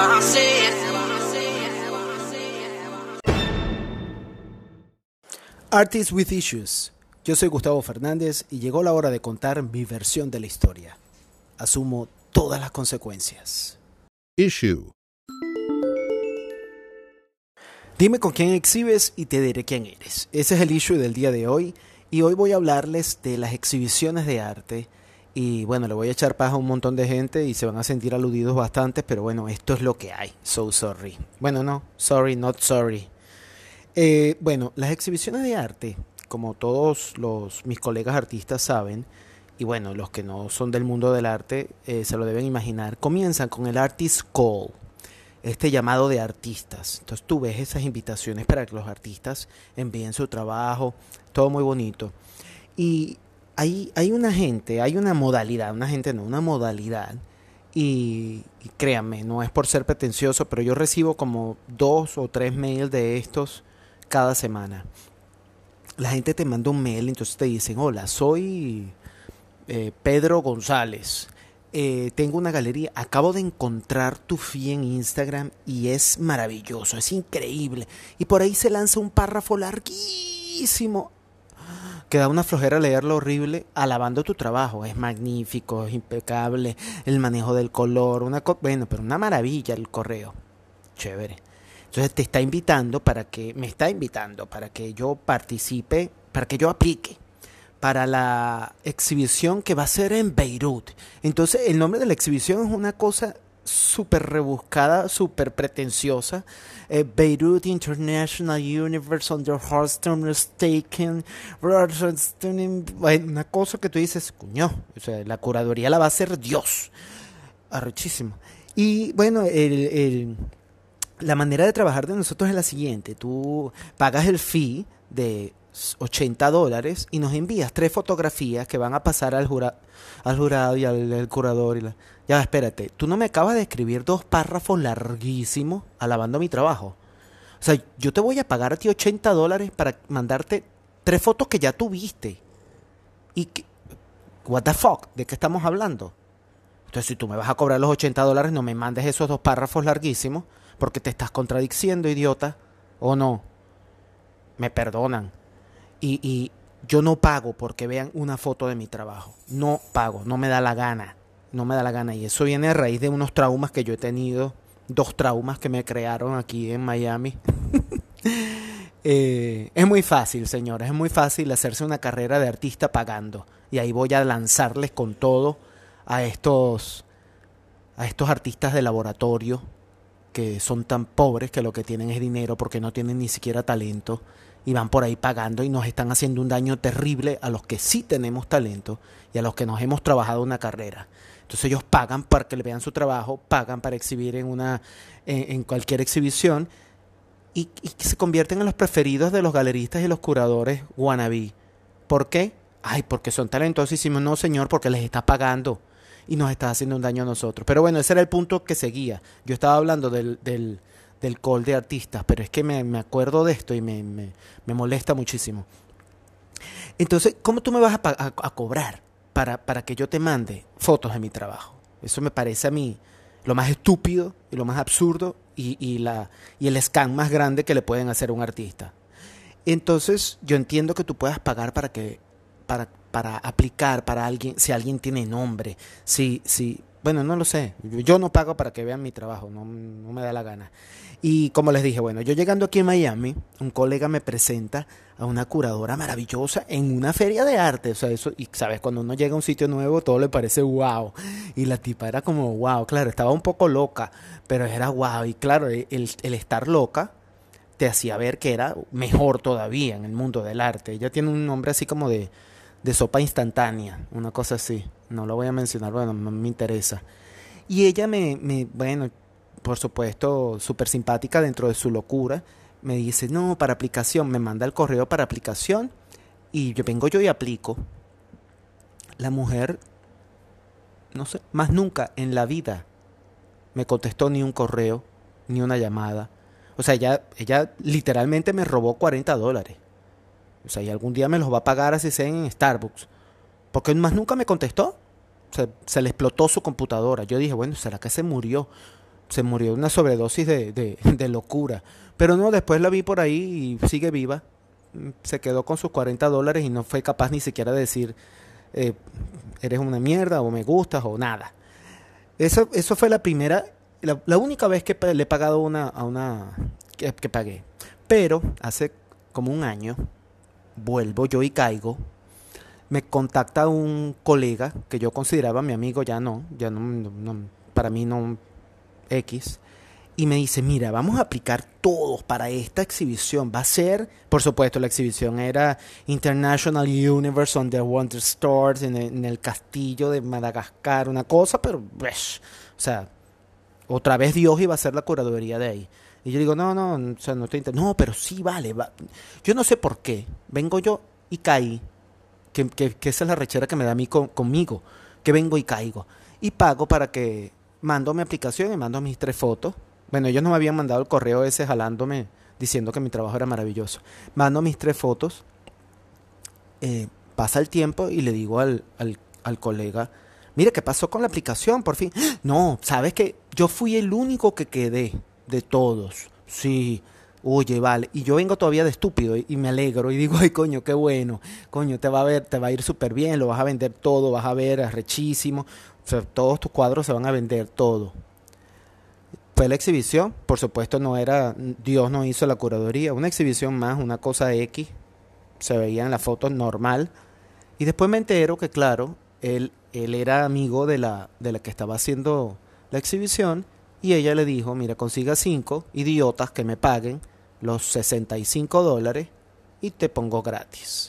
Artists with Issues. Yo soy Gustavo Fernández y llegó la hora de contar mi versión de la historia. Asumo todas las consecuencias. Issue. Dime con quién exhibes y te diré quién eres. Ese es el issue del día de hoy y hoy voy a hablarles de las exhibiciones de arte. Y bueno, le voy a echar paja a un montón de gente y se van a sentir aludidos bastantes, pero bueno, esto es lo que hay. So sorry. Bueno, no, sorry, not sorry. Bueno, las exhibiciones de arte, como todos mis colegas artistas saben, y bueno, los que no son del mundo del arte se lo deben imaginar, comienzan con el Artist Call, este llamado de artistas. Entonces tú ves esas invitaciones para que los artistas envíen su trabajo, todo muy bonito. Y hay una modalidad, y créanme, no es por ser pretencioso, pero yo recibo como 2 o 3 mails de estos cada semana. La gente te manda un mail, entonces te dicen: hola, soy Pedro González, tengo una galería, acabo de encontrar tu feed en Instagram y es maravilloso, es increíble, y por ahí se lanza un párrafo larguísimo que da una flojera leerlo, horrible, alabando tu trabajo. Es magnífico, es impecable, el manejo del color, bueno, pero una maravilla el correo, chévere. Entonces me está invitando para que yo participe, para que yo aplique para la exhibición que va a ser en Beirut. Entonces el nombre de la exhibición es una cosa súper rebuscada, súper pretenciosa. Beirut International Universal Underholding Staken. Una cosa que tú dices, coño, o sea, la curaduría la va a hacer Dios. Arrechísimo. Y bueno, la manera de trabajar de nosotros es la siguiente: tú pagas el fee de $80 y nos envías 3 fotografías que van a pasar al jurado y al curador. Ya, espérate, tú no me acabas de escribir 2 párrafos larguísimos alabando mi trabajo. O sea, yo te voy a pagar a ti $80 para mandarte 3 fotos que ya tuviste. What the fuck, ¿de qué estamos hablando? Entonces, si tú me vas a cobrar los $80, no me mandes esos 2 párrafos larguísimos, porque te estás contradiciendo, idiota, ¿o no? Me perdonan. Y yo no pago porque vean una foto de mi trabajo. No pago, no me da la gana. Y eso viene a raíz de unos traumas que yo he tenido. 2 traumas que me crearon aquí en Miami. Es muy fácil, señores, es muy fácil hacerse una carrera de artista pagando. Y ahí voy a lanzarles con todo a estos artistas de laboratorio que son tan pobres que lo que tienen es dinero porque no tienen ni siquiera talento y van por ahí pagando y nos están haciendo un daño terrible a los que sí tenemos talento y a los que nos hemos trabajado una carrera. Entonces ellos pagan para que le vean su trabajo, pagan para exhibir en cualquier exhibición y se convierten en los preferidos de los galeristas y los curadores wannabe. ¿Por qué? Ay, porque son talentosísimos. No, señor, porque les está pagando y nos está haciendo un daño a nosotros. Pero bueno, ese era el punto que seguía. Yo estaba hablando del call de artistas, pero es que me acuerdo de esto y me molesta muchísimo. Entonces, ¿cómo tú me vas a cobrar para que yo te mande fotos de mi trabajo? Eso me parece a mí lo más estúpido y lo más absurdo y el scam más grande que le pueden hacer a un artista. Entonces, yo entiendo que tú puedas pagar para aplicar para alguien, si alguien tiene nombre, bueno, no lo sé, yo no pago para que vean mi trabajo, no me da la gana. Y como les dije, bueno, yo llegando aquí en Miami, un colega me presenta a una curadora maravillosa en una feria de arte, o sea, eso, y sabes, cuando uno llega a un sitio nuevo, todo le parece wow, y la tipa era como wow, claro, estaba un poco loca, pero era wow, y claro, el estar loca te hacía ver que era mejor todavía en el mundo del arte. Ella tiene un nombre así como de sopa instantánea, una cosa así. No lo voy a mencionar, bueno, no me interesa. Y ella bueno, por supuesto, súper simpática dentro de su locura, me dice, no, para aplicación, me manda el correo para aplicación y yo y aplico. La mujer, no sé, más nunca en la vida me contestó ni un correo, ni una llamada. O sea, ella literalmente me robó $40. O sea, y algún día me los va a pagar así sea en Starbucks. Porque más nunca me contestó. O sea, se le explotó su computadora. Yo dije, bueno, ¿será que se murió? se murió de una sobredosis de locura. Pero no, después la vi por ahí y sigue viva. Se quedó con sus $40 y no fue capaz ni siquiera de decir, eh, eres una mierda o me gustas o nada. Eso fue la primera, la única vez que le he pagado que pagué. Pero hace como un año vuelvo yo y caigo. Me contacta un colega que yo consideraba mi amigo, para mí no X. Y me dice, mira, vamos a aplicar todos para esta exhibición. Va a ser, por supuesto, la exhibición era International Universe on the Wonder Stars en el castillo de Madagascar, una cosa, pero, o sea, otra vez Dios iba a ser la curaduría de ahí. Y yo digo, no, o sea, no te no, pero sí vale, va. Yo no sé por qué. Vengo yo y caí, que esa es la rechera que me da a mí conmigo, que vengo y caigo. Y pago para que mando mi aplicación y mando mis 3 fotos. Bueno, ellos no me habían mandado el correo ese jalándome, diciendo que mi trabajo era maravilloso. Mando mis 3 fotos, pasa el tiempo y le digo al colega, mira, ¿qué pasó con la aplicación? Por fin. No, sabes que yo fui el único que quedé de todos. Sí, oye, vale. Y yo vengo todavía de estúpido y me alegro y digo, ay, coño, qué bueno. Coño, te va a ir súper bien, lo vas a vender todo, vas a ver, es rechísimo. O sea, todos tus cuadros se van a vender todo. Fue la exhibición, por supuesto no era, Dios no hizo la curaduría, una exhibición más, una cosa X, se veía en la foto normal. Y después me entero que, claro, él era amigo de la que estaba haciendo la exhibición y ella le dijo, mira, consiga 5 idiotas que me paguen los $65 y te pongo gratis.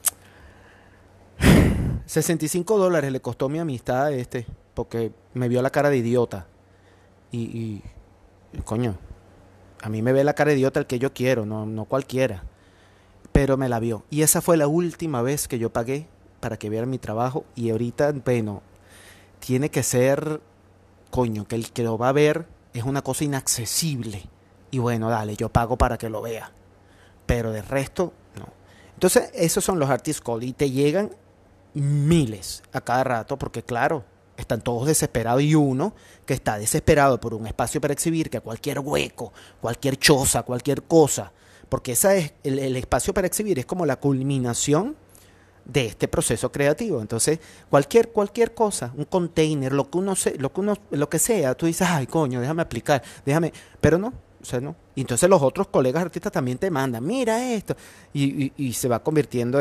$65 le costó mi amistad a porque me vio la cara de idiota. Y coño, a mí me ve la cara de idiota el que yo quiero, no cualquiera. Pero me la vio. Y esa fue la última vez que yo pagué para que viera mi trabajo. Y ahorita, bueno, tiene que ser, coño, que el que lo va a ver es una cosa inaccesible. Y bueno, dale, yo pago para que lo vea. Pero de resto, no. Entonces, esos son los artist call. Y te llegan miles a cada rato, porque claro, están todos desesperados y uno que está desesperado por un espacio para exhibir, que cualquier hueco, cualquier choza, cualquier cosa, porque esa es el espacio para exhibir es como la culminación de este proceso creativo. Entonces, cualquier cosa, un container, lo que sea, tú dices, ay, coño, déjame aplicar, pero no, o sea, no. Y entonces los otros colegas artistas también te mandan, mira esto, y se va convirtiendo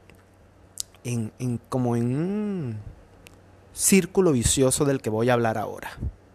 como en un círculo vicioso del que voy a hablar ahora.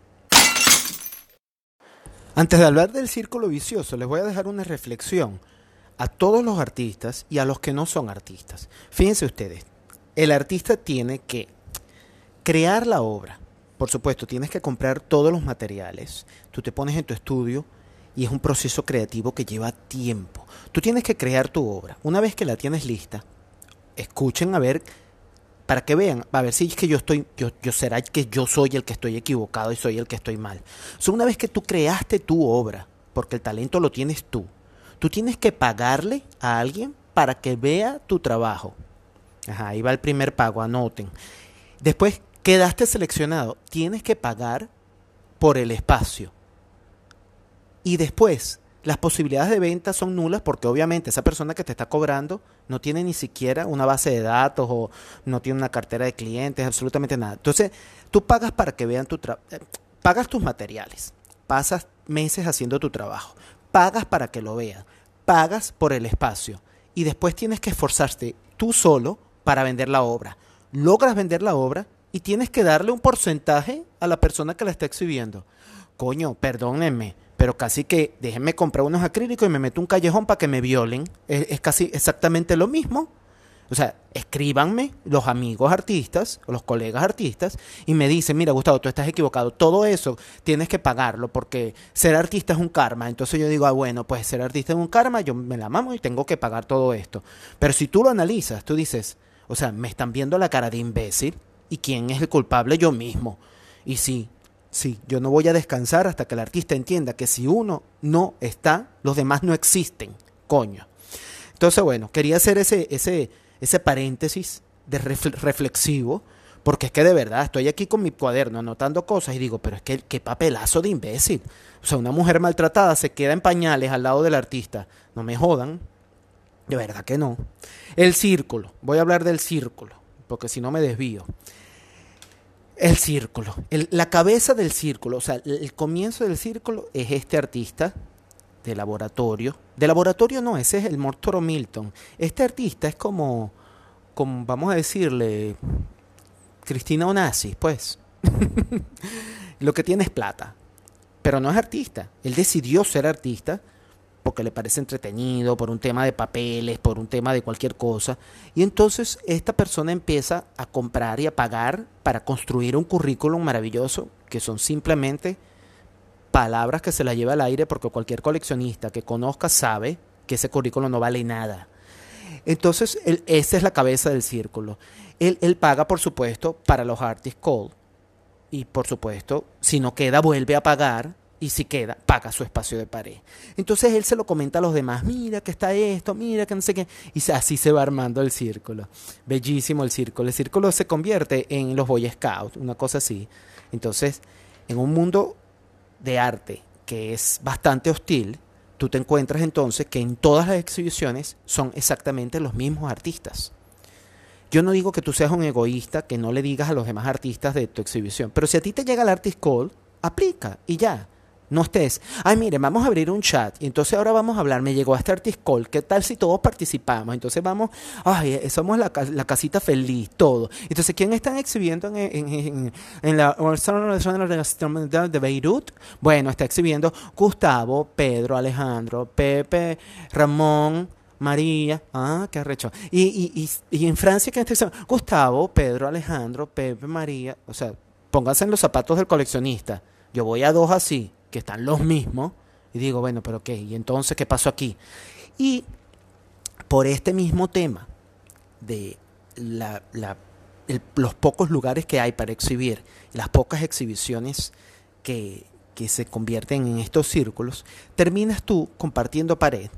Antes de hablar del círculo vicioso, les voy a dejar una reflexión a todos los artistas y a los que no son artistas. Fíjense ustedes, el artista tiene que crear la obra. Por supuesto, tienes que comprar todos los materiales. Tú te pones en tu estudio y es un proceso creativo que lleva tiempo. Tú tienes que crear tu obra. Una vez que la tienes lista, escuchen a ver, para que vean, a ver si es que yo será que yo soy el que estoy equivocado y soy el que estoy mal. Una vez que tú creaste tu obra, porque el talento lo tienes tú tienes que pagarle a alguien para que vea tu trabajo. Ajá, ahí va el primer pago, anoten. Después quedaste seleccionado, tienes que pagar por el espacio. Y después, las posibilidades de venta son nulas porque obviamente esa persona que te está cobrando no tiene ni siquiera una base de datos o no tiene una cartera de clientes, absolutamente nada. Entonces, tú pagas para que vean pagas tus materiales, pasas meses haciendo tu trabajo, pagas para que lo vean, pagas por el espacio y después tienes que esforzarte tú solo para vender la obra. Logras vender la obra y tienes que darle un porcentaje a la persona que la está exhibiendo. Coño, perdónenme, pero casi que déjenme comprar unos acrílicos y me meto un callejón para que me violen. Es casi exactamente lo mismo. O sea, escríbanme los amigos artistas o los colegas artistas y me dicen, mira, Gustavo, tú estás equivocado. Todo eso tienes que pagarlo porque ser artista es un karma. Entonces yo digo, bueno, pues ser artista es un karma, yo me la mamo y tengo que pagar todo esto. Pero si tú lo analizas, tú dices, o sea, me están viendo la cara de imbécil y quién es el culpable, yo mismo. Y sí, yo no voy a descansar hasta que el artista entienda que si uno no está, los demás no existen. Coño. Entonces, bueno, quería hacer ese paréntesis reflexivo, Porque es que de verdad estoy aquí con mi cuaderno anotando cosas y digo, pero es que qué papelazo de imbécil. O sea, una mujer maltratada se queda en pañales al lado del artista. No me jodan. De verdad que no. El círculo. Voy a hablar del círculo, porque si no me desvío. El círculo. La cabeza del círculo, o sea, el comienzo del círculo es este artista de laboratorio. De laboratorio no, ese es el Mortoro Milton. Este artista es como vamos a decirle, Cristina Onassis, pues. Lo que tiene es plata, pero no es artista. Él decidió ser artista porque le parece entretenido, por un tema de papeles, por un tema de cualquier cosa. Y entonces esta persona empieza a comprar y a pagar para construir un currículum maravilloso, que son simplemente palabras que se la lleva al aire, porque cualquier coleccionista que conozca sabe que ese currículum no vale nada. Entonces, esa es la cabeza del círculo. Él paga, por supuesto, para los artist call. Y, por supuesto, si no queda, vuelve a pagar. Y si queda, paga su espacio de pared. Entonces, él se lo comenta a los demás. Mira que está esto, mira que no sé qué. Y así se va armando el círculo. Bellísimo el círculo. El círculo se convierte en los Boy Scouts, una cosa así. Entonces, en un mundo de arte que es bastante hostil, tú te encuentras entonces que en todas las exhibiciones son exactamente los mismos artistas. Yo no digo que tú seas un egoísta, que no le digas a los demás artistas de tu exhibición, pero si a ti te llega el artist call, aplica y ya. No estés, ay miren, vamos a abrir un chat y entonces ahora vamos a hablar, me llegó este artist call, ¿qué tal si todos participamos? Entonces vamos, ay, somos la casita feliz, todo. Entonces, ¿quién están exhibiendo en la de Beirut? Bueno, está exhibiendo Gustavo, Pedro, Alejandro, Pepe, Ramón, María, qué arrecho. Y en Francia, ¿quién está exhibiendo? Gustavo, Pedro, Alejandro, Pepe, María. O sea, pónganse en los zapatos del coleccionista. Yo voy a dos así, que están los mismos, y digo, bueno, pero ¿qué? ¿Y entonces qué pasó aquí? Y por este mismo tema de los pocos lugares que hay para exhibir, las pocas exhibiciones que se convierten en estos círculos, terminas tú compartiendo pared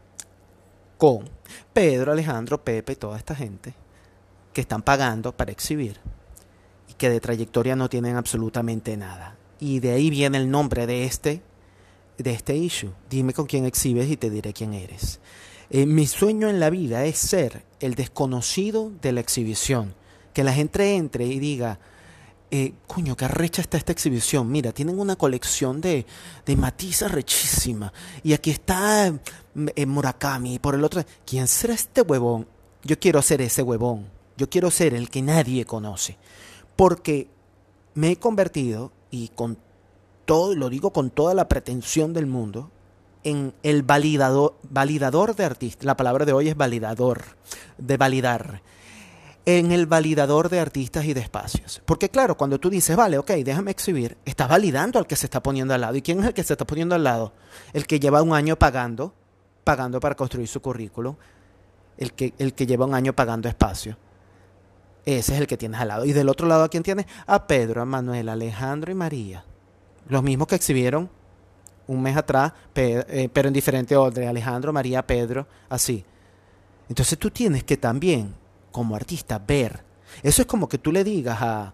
con Pedro, Alejandro, Pepe, toda esta gente que están pagando para exhibir y que de trayectoria no tienen absolutamente nada. Y de ahí viene el nombre de este issue. Dime con quién exhibes y te diré quién eres. Mi sueño en la vida es ser el desconocido de la exhibición. Que la gente entre y diga, coño, qué arrecha está esta exhibición. Mira, tienen una colección de Matisse arrechísima. Y aquí está Murakami. Y por el otro, ¿quién será este huevón? Yo quiero ser ese huevón. Yo quiero ser el que nadie conoce. Porque me he convertido, y con todo, lo digo con toda la pretensión del mundo, en el validador de artistas. La palabra de hoy es validador, de validar. En el validador de artistas y de espacios. Porque claro, cuando tú dices, vale, ok, déjame exhibir, estás validando al que se está poniendo al lado. ¿Y quién es el que se está poniendo al lado? El que lleva un año pagando para construir su currículum. El que lleva un año pagando espacio. Ese es el que tienes al lado. Y del otro lado, ¿a quién tienes? A Pedro, a Manuel, a Alejandro y María. Los mismos que exhibieron un mes atrás, pero en diferente orden. Alejandro, María, Pedro, así. Entonces tú tienes que también, como artista, ver. Eso es como que tú le digas a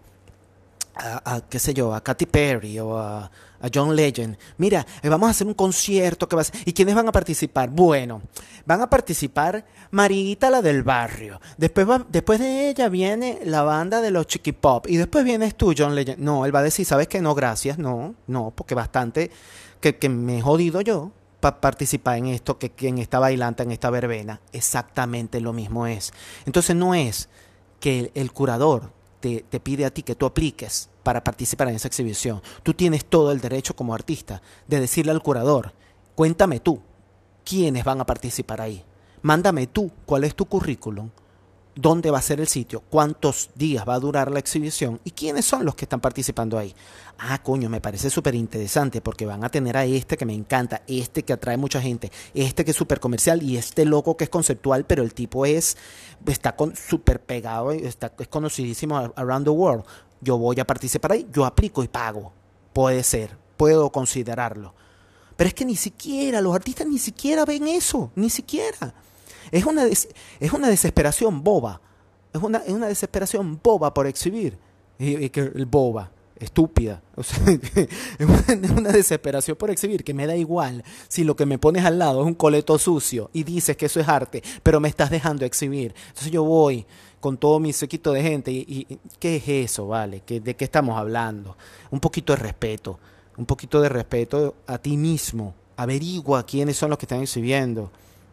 qué sé yo, a Katy Perry o a John Legend, mira, vamos a hacer un concierto que va a ser, ¿y quiénes van a participar? Bueno, van a participar Marita, la del barrio, después de ella viene la banda de los Chiqui Pop y después vienes tú, John Legend. No, él va a decir, ¿sabes qué? No, gracias, no, porque bastante que me he jodido yo para participar en esto, que en esta bailanta, en esta verbena. Exactamente lo mismo es. Entonces no es que el curador te pide a ti que tú apliques para participar en esa exhibición. Tú tienes todo el derecho como artista de decirle al curador, cuéntame tú, ¿quiénes van a participar ahí? Mándame tú, ¿cuál es tu currículum? ¿Dónde va a ser el sitio? ¿Cuántos días va a durar la exhibición? ¿Y quiénes son los que están participando ahí? Coño, me parece súper interesante porque van a tener a este que me encanta, este que atrae mucha gente, este que es súper comercial y este loco que es conceptual, pero el tipo está súper pegado, es conocidísimo around the world. Yo voy a participar ahí, yo aplico y pago. Puede ser, puedo considerarlo. Pero es que ni siquiera, los artistas ni siquiera ven eso, ni siquiera. Es una desesperación boba. Es una desesperación boba por exhibir. Y que el boba, estúpida. O sea, es una desesperación por exhibir que me da igual si lo que me pones al lado es un coleto sucio y dices que eso es arte, pero me estás dejando exhibir. Entonces yo voy con todo mi séquito de gente y ¿qué es eso, vale? ¿De qué estamos hablando? Un poquito de respeto, un poquito de respeto a ti mismo. Averigua quiénes son los que están exhibiendo.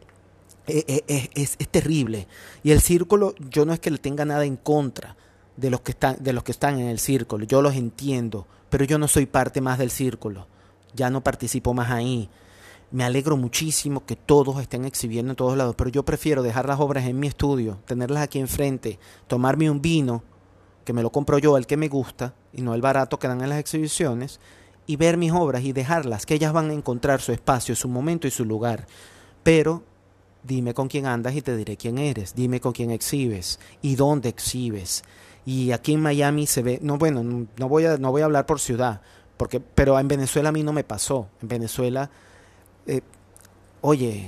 Es terrible. Y el círculo, yo no es que le tenga nada en contra de los que están en el círculo. Yo los entiendo, pero yo no soy parte más del círculo. Ya no participo más ahí. Me alegro muchísimo que todos estén exhibiendo en todos lados, pero yo prefiero dejar las obras en mi estudio, tenerlas aquí enfrente, tomarme un vino, que me lo compro yo, el que me gusta, y no el barato que dan en las exhibiciones, y ver mis obras y dejarlas, que ellas van a encontrar su espacio, su momento y su lugar. Pero dime con quién andas y te diré quién eres. Dime con quién exhibes y dónde exhibes. Y aquí en Miami se ve, no, bueno, no voy a hablar por ciudad, porque, pero en Venezuela a mí no me pasó. En Venezuela, eh, oye,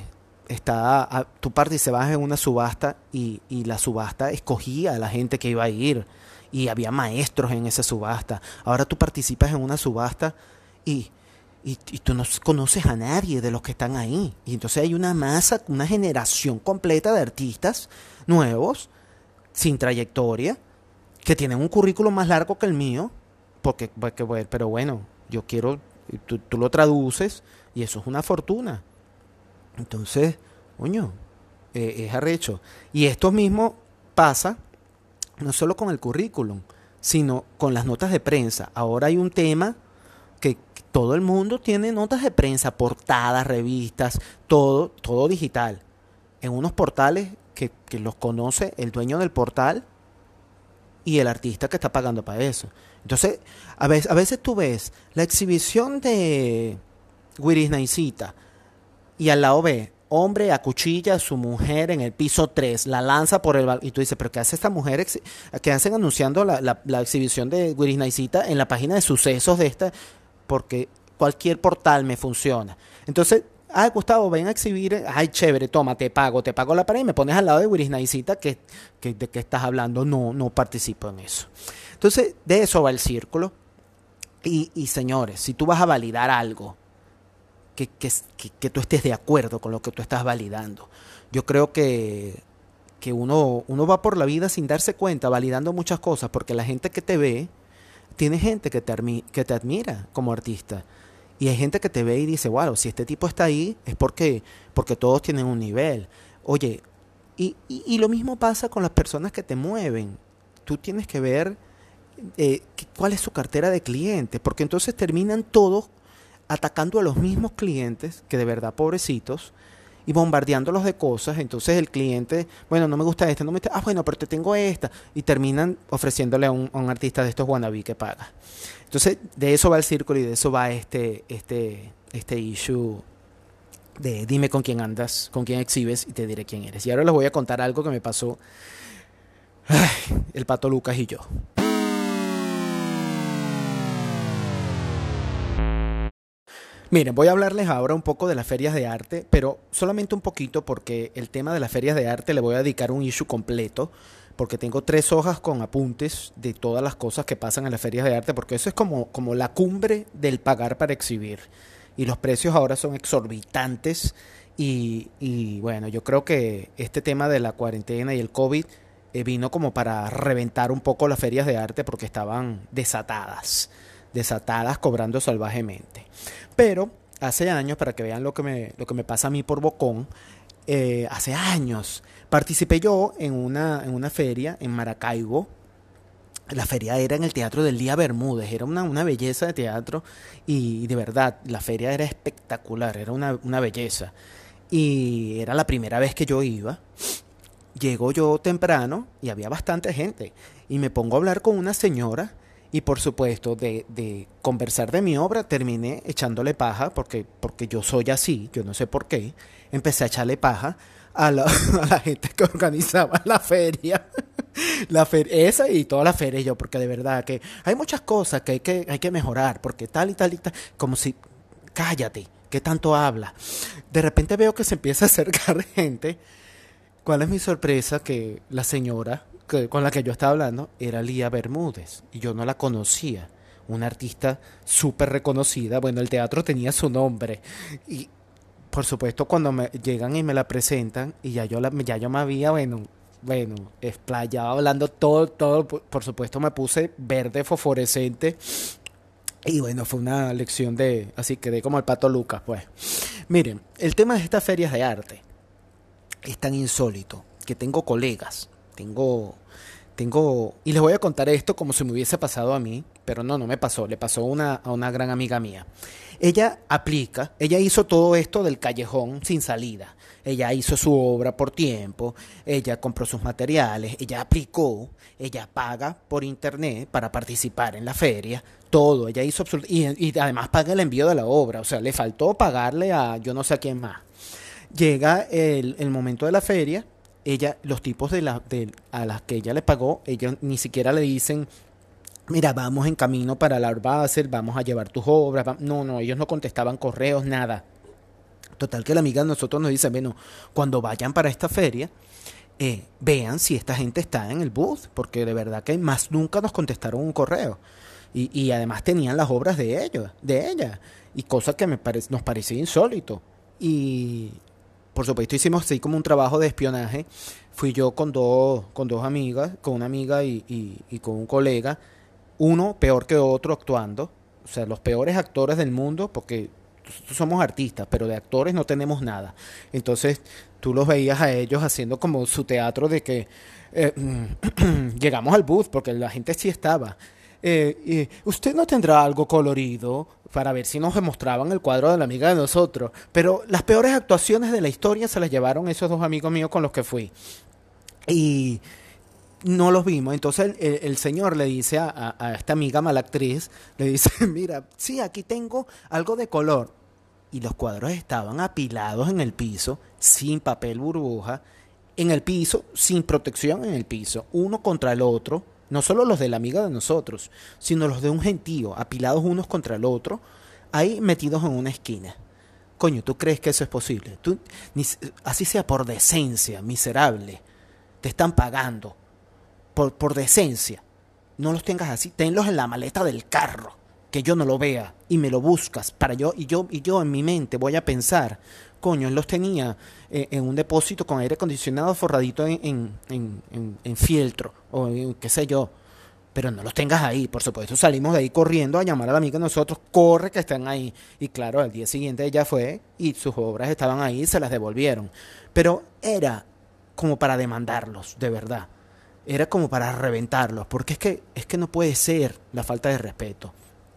tú participabas en una subasta y la subasta escogía a la gente que iba a ir y había maestros en esa subasta. Ahora tú participas en una subasta y y tú no conoces a nadie de los que están ahí. Y entonces hay una masa, una generación completa de artistas nuevos, sin trayectoria, que tienen un currículo más largo que el mío, pero bueno, yo quiero, tú lo traduces y eso es una fortuna. Entonces, coño, es arrecho. Y esto mismo pasa no solo con el currículum, sino con las notas de prensa. Ahora hay un tema que todo el mundo tiene notas de prensa, portadas, revistas, todo digital. En unos portales que los conoce el dueño del portal y el artista que está pagando para eso. Entonces, a veces tú ves la exhibición de Wiris Naicita y al lado ve hombre acuchilla a su mujer en el piso 3, la lanza por el y tú dices, pero ¿qué hace esta mujer? ¿Qué hacen anunciando la exhibición de Wiris Naicita en la página de sucesos de esta? Porque cualquier portal me funciona. Entonces, Gustavo, ven a exhibir, ay, chévere, toma, te pago la pared y me pones al lado de Wiris Naicita, ¿de qué estás hablando? No participo en eso. Entonces, de eso va el círculo. Y señores, si tú vas a validar algo, que tú estés de acuerdo con lo que tú estás validando. Yo creo que uno va por la vida sin darse cuenta, validando muchas cosas, porque la gente que te ve, tiene gente que te admira como artista. Y hay gente que te ve y dice, wow, si este tipo está ahí es porque todos tienen un nivel. Oye, y lo mismo pasa con las personas que te mueven. Tú tienes que ver cuál es su cartera de clientes, porque entonces terminan todos atacando a los mismos clientes, que de verdad pobrecitos, y bombardeándolos de cosas. Entonces el cliente, bueno, no me gusta esta, no me gusta, bueno, pero te tengo esta, y terminan ofreciéndole a un artista de estos wannabe que paga. Entonces de eso va el círculo y de eso va este issue de dime con quién andas, con quién exhibes y te diré quién eres. Y ahora les voy a contar algo que me pasó el Pato Lucas y yo. Miren, voy a hablarles ahora un poco de las ferias de arte, pero solamente un poquito porque el tema de las ferias de arte le voy a dedicar un issue completo, porque tengo 3 hojas con apuntes de todas las cosas que pasan en las ferias de arte, porque eso es como la cumbre del pagar para exhibir. Y los precios ahora son exorbitantes y bueno, yo creo que este tema de la cuarentena y el COVID vino como para reventar un poco las ferias de arte porque estaban desatadas cobrando salvajemente. Pero hace años, para que vean lo que me pasa a mí por bocón, hace años participé yo en una feria en Maracaibo. La feria era en el Teatro del Día Bermúdez, era una belleza de teatro y de verdad, la feria era espectacular, era una belleza. Y era la primera vez que yo iba. Llego yo temprano y había bastante gente y me pongo a hablar con una señora y por supuesto de conversar de mi obra terminé echándole paja porque yo soy así, yo no sé por qué, empecé a echarle paja a la gente que organizaba la feria. Esa y todas las ferias yo, porque de verdad que hay muchas cosas que hay que mejorar, porque tal y tal y tal, como si, cállate, ¿qué tanto habla? De repente veo que se empieza a acercar gente. ¿Cuál es mi sorpresa? Que la señora con la que yo estaba hablando era Lía Bermúdez y yo no la conocía. Una artista súper reconocida. Bueno, el teatro tenía su nombre. Y por supuesto cuando me llegan y me la presentan y ya yo me había, bueno, explayado hablando todo, por supuesto me puse verde fosforescente y bueno, fue una lección de, así quedé como el Pato Lucas, pues. Miren, el tema de estas ferias de arte es tan insólito que tengo colegas, y les voy a contar esto como si me hubiese pasado a mí, pero no me pasó, le pasó a una gran amiga mía. Ella hizo todo esto del callejón sin salida. Ella hizo su obra por tiempo, ella compró sus materiales, ella aplicó, ella paga por internet para participar en la feria, todo, ella hizo y además paga el envío de la obra, o sea, le faltó pagarle a yo no sé a quién más. Llega el momento de la feria, los tipos a las que ella le pagó, ellos ni siquiera le dicen, mira, vamos en camino para la Basel, vamos a llevar tus obras. No, ellos no contestaban correos, nada. Total que la amiga de nosotros nos dice, bueno, cuando vayan para esta feria, vean si esta gente está en el booth, porque de verdad que más nunca nos contestaron un correo. Y además tenían las obras de ella, y cosa que nos parecía insólito. Y por supuesto hicimos así como un trabajo de espionaje. Fui yo con dos amigas, con una amiga y con un colega, uno peor que otro actuando, o sea, los peores actores del mundo, porque somos artistas, pero de actores no tenemos nada. Entonces tú los veías a ellos haciendo como su teatro de que llegamos al booth, porque la gente sí estaba. Usted no tendrá algo colorido para ver si nos demostraban el cuadro de la amiga de nosotros, pero las peores actuaciones de la historia se las llevaron esos dos amigos míos con los que fui. Y no los vimos. Entonces el señor le dice a esta amiga malactriz, le dice, mira, sí, aquí tengo algo de color. Y los cuadros estaban apilados en el piso, sin papel burbuja, en el piso, sin protección en el piso, uno contra el otro, no solo los de la amiga de nosotros, sino los de un gentío, apilados unos contra el otro, ahí metidos en una esquina. Coño, ¿tú crees que eso es posible? Así sea por decencia, miserable, te están pagando por decencia. No los tengas así, tenlos en la maleta del carro, que yo no lo vea, y me lo buscas para yo en mi mente voy a pensar, coño, él los tenía en un depósito con aire acondicionado forradito en fieltro, o en, qué sé yo, pero no los tengas ahí. Por supuesto salimos de ahí corriendo a llamar a la amiga de nosotros, corre que están ahí, y claro, al día siguiente ella fue y sus obras estaban ahí y se las devolvieron, pero era como para demandarlos, de verdad. Era como para reventarlos, porque es que no puede ser la falta de respeto.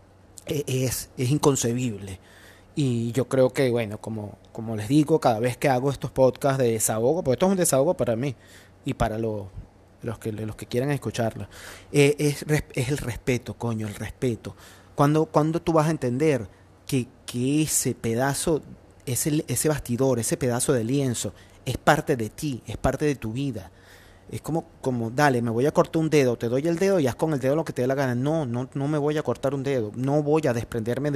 Es inconcebible. Y yo creo que, bueno, como les digo, cada vez que hago estos podcasts de desahogo, porque esto es un desahogo para mí y para los que quieran escucharlo, es el respeto, coño, el respeto. Cuando tú vas a entender que ese pedazo, ese bastidor, ese pedazo de lienzo, es parte de ti, es parte de tu vida. Es como, dale, me voy a cortar un dedo, te doy el dedo y haz con el dedo lo que te dé la gana. No me voy a cortar un dedo, no voy a desprenderme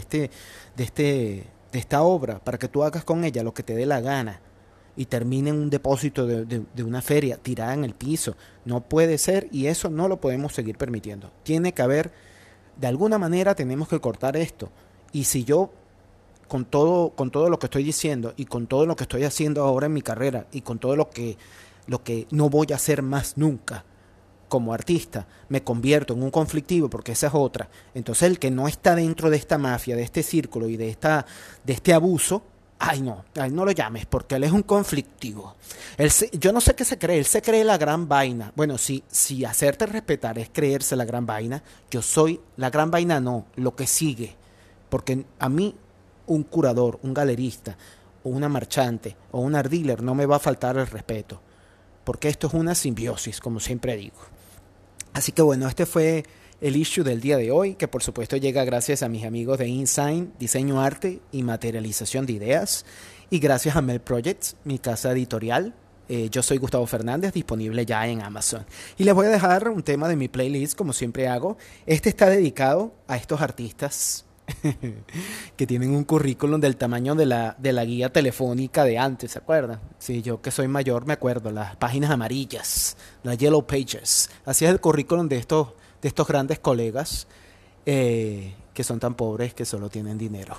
de esta obra para que tú hagas con ella lo que te dé la gana y termine en un depósito de una feria tirada en el piso. No puede ser, y eso no lo podemos seguir permitiendo. Tiene que haber, de alguna manera tenemos que cortar esto. Y si yo con todo lo que estoy diciendo y con todo lo que estoy haciendo ahora en mi carrera y con todo lo que no voy a hacer más nunca como artista, me convierto en un conflictivo, porque esa es otra. Entonces el que no está dentro de esta mafia, de este círculo y de este abuso, ay no lo llames, porque él es un conflictivo. Yo no sé qué se cree, él se cree la gran vaina. Bueno, si hacerte respetar es creerse la gran vaina, yo soy la gran vaina, no, lo que sigue. Porque a mí un curador, un galerista, o una marchante, o un art dealer no me va a faltar el respeto, porque esto es una simbiosis, como siempre digo. Así que bueno, este fue el issue del día de hoy, que por supuesto llega gracias a mis amigos de InSign, diseño, arte y materialización de ideas, y gracias a Mel Projects, mi casa editorial. Yo soy Gustavo Fernández, disponible ya en Amazon. Y les voy a dejar un tema de mi playlist, como siempre hago. Este está dedicado a estos artistas que tienen un currículum del tamaño de la guía telefónica de antes, ¿se acuerdan? Sí, yo que soy mayor me acuerdo, las páginas amarillas, las Yellow Pages. Así es el currículum de estos grandes colegas que son tan pobres que solo tienen dinero.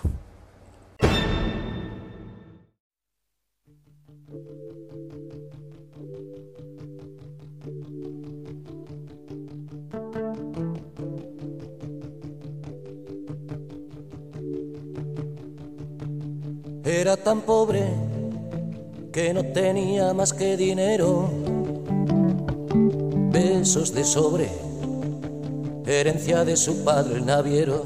Era tan pobre que no tenía más que dinero, besos de sobre, herencia de su padre el naviero,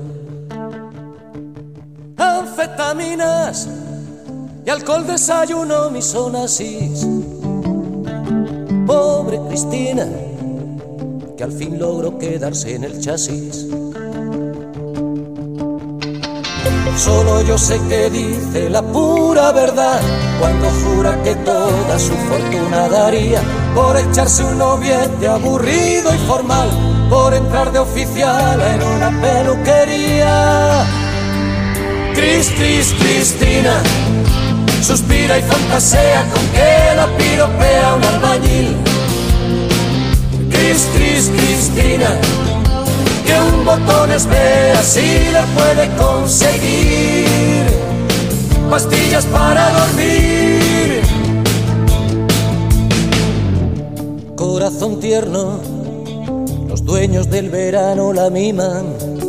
anfetaminas y alcohol desayuno mis onasis. Pobre Cristina, que al fin logró quedarse en el chasis. Solo yo sé que dice la pura verdad cuando jura que toda su fortuna daría por echarse un noviete aburrido y formal, por entrar de oficial en una peluquería. Cristina, suspira y fantasea con que la piropea un albañil. Cristina, que un botones vea si le puede conseguir pastillas para dormir. Corazón tierno, los dueños del verano la miman,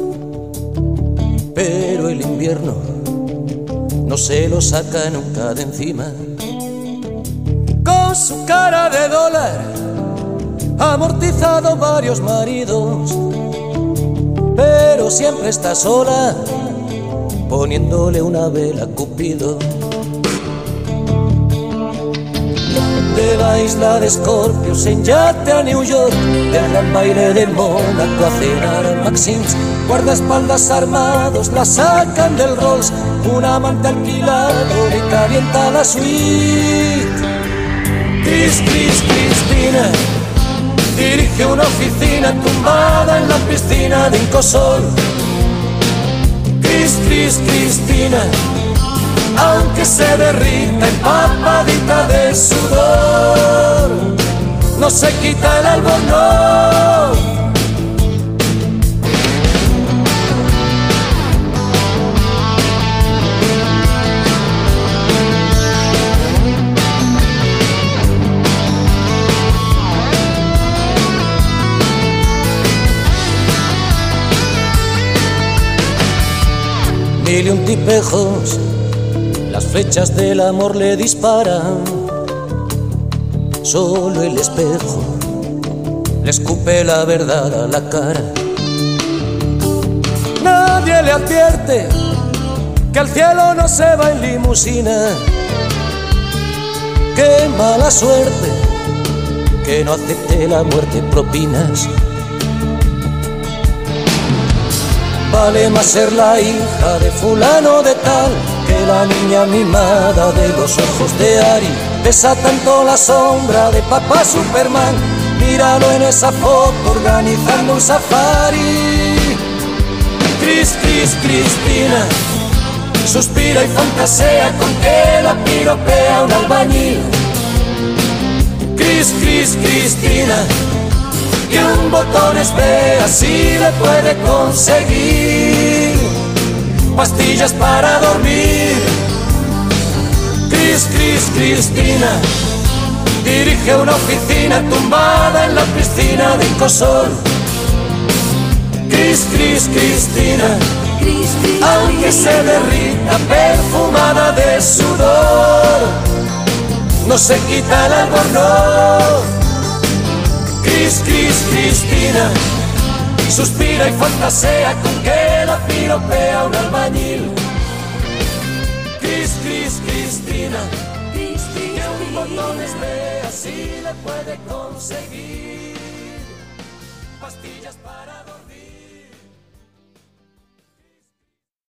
pero el invierno no se lo saca nunca de encima. Con su cara de dólar ha amortizado varios maridos, pero siempre está sola, poniéndole una vela a Cupido. De la isla de Scorpios en yate a New York, del gran baile de Mónaco a cenar a Maxim's, guardaespaldas armados la sacan del Rolls, un amante alquilado le calienta la suite. Cristina dirige una oficina tumbada en la piscina de Incosol. Cristina, aunque se derrita empapadita de sudor, no se quita el albornoz. Mil y un tipejos, las flechas del amor le disparan. Solo el espejo le escupe la verdad a la cara. Nadie le advierte que al cielo no se va en limusina. Qué mala suerte que no acepte la muerte en propinas. Vale más ser la hija de fulano de tal que la niña mimada de los ojos de Ari. Pesa tanto la sombra de papá Superman, míralo en esa foto organizando un safari. Cristina, suspira y fantasea con que la piropea un albañil. Cristina, que un botones vea si le puede conseguir pastillas para dormir. Cristina dirige una oficina tumbada en la piscina de Incosol. Cristina, aunque se derrita perfumada de sudor, no se quita el albornoz. Cristina suspira y fantasea con que la piropea un albañil. Cristina, que un botones vea si le puede conseguir pastillas para dormir.